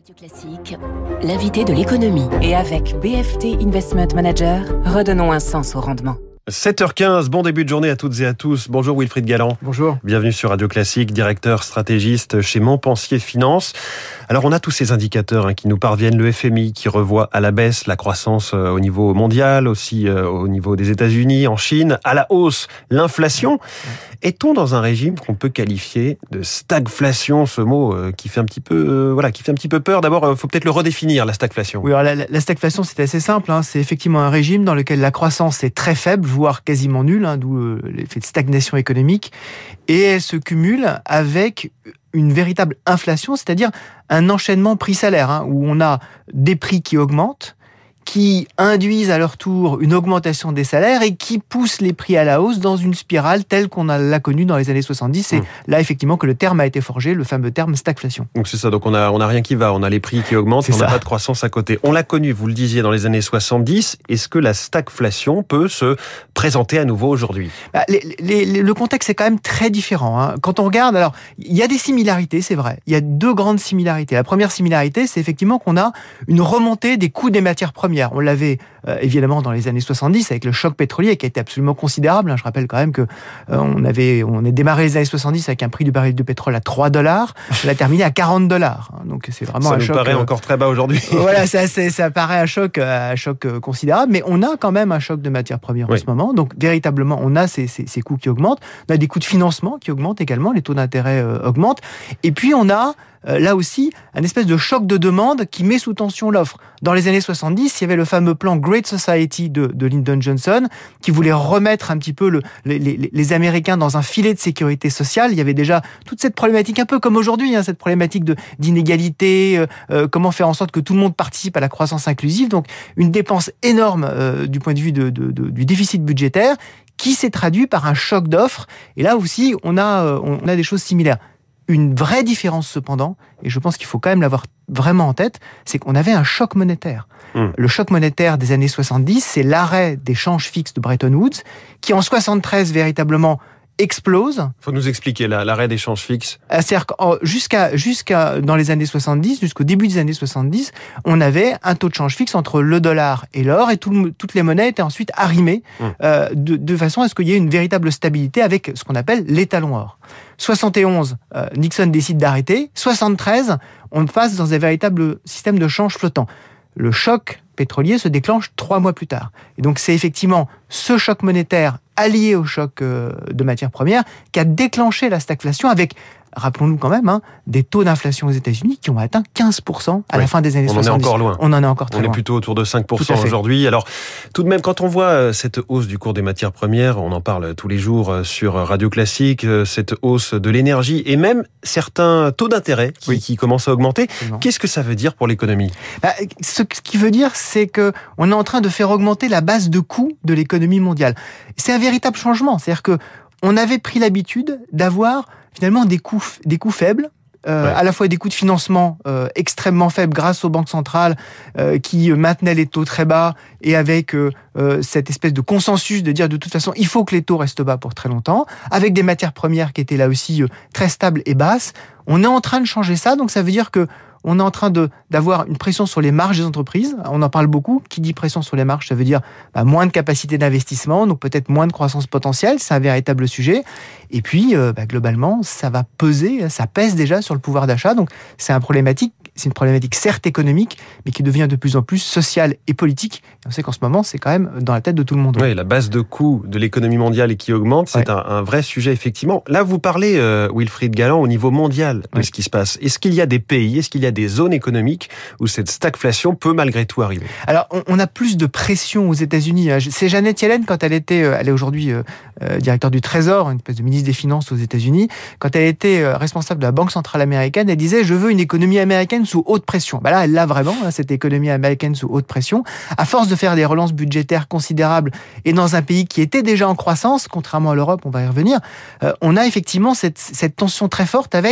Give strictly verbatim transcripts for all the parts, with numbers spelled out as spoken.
Radio Classique, l'invité de l'économie. Et avec B F T Investment Manager, redonnons un sens au rendement. sept heures quinze, bon début de journée à toutes et à tous. Bonjour Wilfried Galland. Bonjour. Bienvenue sur Radio Classique, directeur stratégiste chez Montpensier Finance. Alors on a tous ces indicateurs hein, qui nous parviennent, le F M I qui revoit à la baisse la croissance euh, au niveau mondial, aussi euh, au niveau des États-Unis, en Chine, à la hausse l'inflation. Est-on dans un régime qu'on peut qualifier de stagflation, ce mot euh, qui fait un petit peu, euh, voilà, qui fait un petit peu peur. D'abord, il euh, faut peut-être le redéfinir, la stagflation. Oui, alors la, la stagflation, c'est assez simple. Hein. C'est effectivement un régime dans lequel la croissance est très faible, voire quasiment nulle, hein, d'où euh, l'effet de stagnation économique, et elle se cumule avec une véritable inflation, c'est-à-dire un enchaînement prix-salaire, hein, où on a des prix qui augmentent, qui induisent à leur tour une augmentation des salaires et qui poussent les prix à la hausse dans une spirale telle qu'on a, l'a connue dans les années soixante-dix. C'est mmh. là, effectivement, que le terme a été forgé, le fameux terme stagflation. Donc c'est ça, donc on a, on a rien qui va, on a les prix qui augmentent, c'est on n'a pas de croissance à côté. On l'a connu, vous le disiez, dans les années soixante-dix. Est-ce que la stagflation peut se présenter à nouveau aujourd'hui ? bah, les, les, les, Le contexte est quand même très différent. Hein. Quand on regarde, alors, il y a des similarités, c'est vrai. Il y a deux grandes similarités. La première similarité, c'est effectivement qu'on a une remontée des coûts des matières premières. On l'avait euh, évidemment dans les années soixante-dix avec le choc pétrolier qui a été absolument considérable. Je rappelle quand même que euh, on avait, on a démarré les années soixante-dix avec un prix du baril de pétrole à trois dollars. On l'a terminé à quarante dollars. Donc c'est vraiment ça un nous choc. Ça paraît euh, encore très bas aujourd'hui. Voilà, ça, ça, ça paraît un choc, un choc considérable. Mais on a quand même un choc de matières premières oui. en ce moment. Donc véritablement, on a ces, ces, ces coûts qui augmentent. On a des coûts de financement qui augmentent également. Les taux d'intérêt euh, augmentent. Et puis on a Euh, là aussi, un espèce de choc de demande qui met sous tension l'offre. Dans les années soixante-dix, il y avait le fameux plan Great Society de, de Lyndon Johnson qui voulait remettre un petit peu le, les, les, les Américains dans un filet de sécurité sociale. Il y avait déjà toute cette problématique, un peu comme aujourd'hui, hein, cette problématique de, d'inégalité, euh, euh, comment faire en sorte que tout le monde participe à la croissance inclusive. Donc, une dépense énorme euh, du point de vue de, de, de, du déficit budgétaire qui s'est traduit par un choc d'offres. Et là aussi, on a, euh, on a des choses similaires. Une vraie différence cependant, et je pense qu'il faut quand même l'avoir vraiment en tête, c'est qu'on avait un choc monétaire. Mmh. Le choc monétaire des années soixante-dix, c'est l'arrêt des changes fixes de Bretton Woods, qui en soixante-treize véritablement explose. Il faut nous expliquer là, l'arrêt des changes fixes. C'est-à-dire que jusqu'à, jusqu'à dans les années soixante-dix, jusqu'au début des années soixante-dix, on avait un taux de change fixe entre le dollar et l'or, et tout, toutes les monnaies étaient ensuite arrimées mmh. euh, de, de façon à ce qu'il y ait une véritable stabilité avec ce qu'on appelle l'étalon or. soixante et onze, euh, Nixon décide d'arrêter. soixante-treize, on passe dans un véritable système de change flottant. Le choc pétrolier se déclenche trois mois plus tard. Et donc c'est effectivement ce choc monétaire allié au choc euh, de matières premières qui a déclenché la stagflation avec, rappelons-nous quand même, hein, des taux d'inflation aux États-Unis qui ont atteint quinze pour cent à oui, la fin des années on soixante-dix. On en est encore loin. On en est encore très on loin. On est plutôt autour de cinq pour cent aujourd'hui. Alors, tout de même, quand on voit cette hausse du cours des matières premières, on en parle tous les jours sur Radio Classique, cette hausse de l'énergie et même certains taux d'intérêt qui, oui. qui commencent à augmenter. Absolument. Qu'est-ce que ça veut dire pour l'économie ? bah, Ce qui veut dire, c'est qu'on est en train de faire augmenter la base de coûts de l'économie mondiale. C'est un véritable changement. C'est-à-dire que on avait pris l'habitude d'avoir finalement des coûts, des coûts faibles, euh, ouais. à la fois des coûts de financement euh, extrêmement faibles grâce aux banques centrales euh, qui maintenaient les taux très bas et avec euh, euh, cette espèce de consensus de dire de toute façon il faut que les taux restent bas pour très longtemps, avec des matières premières qui étaient là aussi euh, très stables et basses. On est en train de changer ça, donc ça veut dire que on est en train de, d'avoir une pression sur les marges des entreprises. On en parle beaucoup. Qui dit pression sur les marges, ça veut dire bah, moins de capacité d'investissement, donc peut-être moins de croissance potentielle. C'est un véritable sujet. Et puis, euh, bah, globalement, ça va peser, ça pèse déjà sur le pouvoir d'achat. Donc, c'est un problématique, c'est une problématique certes économique, mais qui devient de plus en plus sociale et politique. Et on sait qu'en ce moment, c'est quand même dans la tête de tout le monde. Oui, la base de coûts de l'économie mondiale et qui augmente, c'est ouais. un, un vrai sujet, effectivement. Là, vous parlez, euh, Wilfried Galland, au niveau mondial de ouais. ce qui se passe. Est-ce qu'il y a des pays, est-ce qu'il y a des zones économiques où cette stagflation peut malgré tout arriver ? Alors, on, on a plus de pression aux États-Unis. C'est Janet Yellen, quand elle était, elle est aujourd'hui euh, euh, directeur du Trésor, une espèce de ministre des Finances aux États-Unis, quand elle était euh, responsable de la Banque centrale américaine, elle disait « Je veux une économie américaine sous haute pression ». Ben là, elle l'a vraiment, hein, cette économie américaine sous haute pression. À force de faire des relances budgétaires considérables et dans un pays qui était déjà en croissance, contrairement à l'Europe, on va y revenir, euh, on a effectivement cette, cette tension très forte avec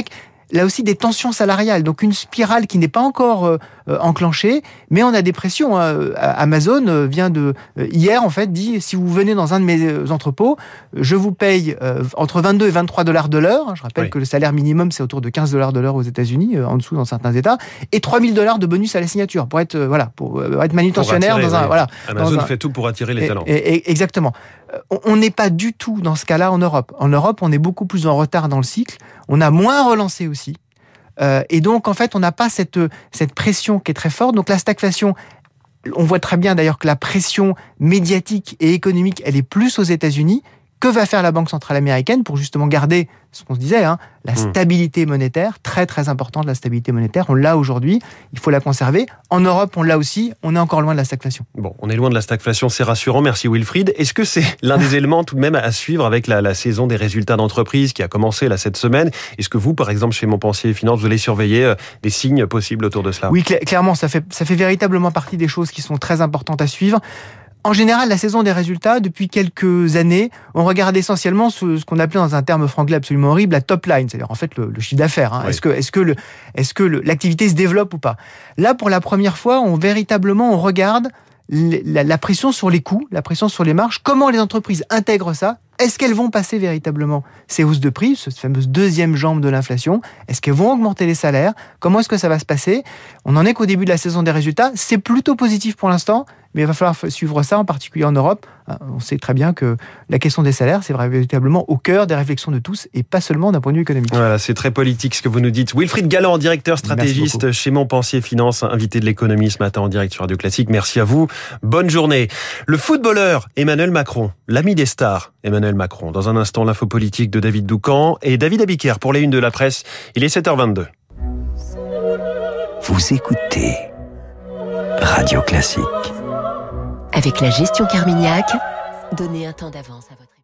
là aussi des tensions salariales, donc une spirale qui n'est pas encore euh, euh, enclenchée, mais on a des pressions. Hein. Amazon euh, vient de euh, hier en fait dit si vous venez dans un de mes entrepôts, je vous paye euh, entre vingt-deux et vingt-trois dollars de l'heure. Je rappelle oui. que le salaire minimum c'est autour de quinze dollars de l'heure aux États-Unis, euh, en dessous dans certains États, et trois mille dollars de bonus à la signature pour être euh, voilà pour euh, être manutentionnaire attirer, dans un oui. voilà. Amazon dans un... fait tout pour attirer les et, talents. Et, et, exactement. On n'est pas du tout dans ce cas-là en Europe. En Europe, on est beaucoup plus en retard dans le cycle. On a moins relancé aussi. Euh, et donc, en fait, on n'a pas cette, cette pression qui est très forte. Donc, la stagflation, on voit très bien d'ailleurs que la pression médiatique et économique, elle est plus aux États-Unis. Que va faire la Banque centrale américaine pour justement garder ce qu'on se disait, hein, la mmh. stabilité monétaire, très très importante, la stabilité monétaire. On l'a aujourd'hui, il faut la conserver. En Europe, on l'a aussi, on est encore loin de la stagflation. Bon, on est loin de la stagflation, c'est rassurant, merci Wilfried. Est-ce que c'est l'un des éléments tout de même à suivre avec la, la saison des résultats d'entreprise qui a commencé là cette semaine? Est-ce que vous, par exemple, chez Montpensier Finance, vous allez surveiller des signes possibles autour de cela? Oui, cl- clairement, ça fait, ça fait véritablement partie des choses qui sont très importantes à suivre. En général, la saison des résultats, depuis quelques années, on regarde essentiellement ce, ce qu'on appelait dans un terme franglais absolument horrible, la top line, c'est-à-dire en fait le, le chiffre d'affaires. Hein. Oui. Est-ce que, est-ce que, le, est-ce que le, l'activité se développe ou pas? Là, pour la première fois, on véritablement on regarde la, la pression sur les coûts, la pression sur les marges, comment les entreprises intègrent ça. Est-ce qu'elles vont passer véritablement ces hausses de prix, cette fameuse deuxième jambe de l'inflation? Est-ce qu'elles vont augmenter les salaires? Comment est-ce que ça va se passer? On n'en est qu'au début de la saison des résultats. C'est plutôt positif pour l'instant, mais il va falloir suivre ça, en particulier en Europe. On sait très bien que la question des salaires, c'est véritablement au cœur des réflexions de tous, et pas seulement d'un point de vue économique. Voilà, c'est très politique ce que vous nous dites. Wilfried Galland, directeur stratégiste chez Montpensier Finance, invité de l'économie ce matin en direct sur Radio Classique. Merci à vous. Bonne journée. Le footballeur Emmanuel Macron, l'ami des stars Emmanuel Macron. Dans un instant, l'info politique de David Doucan et David Abiker pour les Unes de la Presse. Il est sept heures vingt-deux. Vous écoutez Radio Classique. Avec la gestion Carmignac, donnez un temps d'avance à votre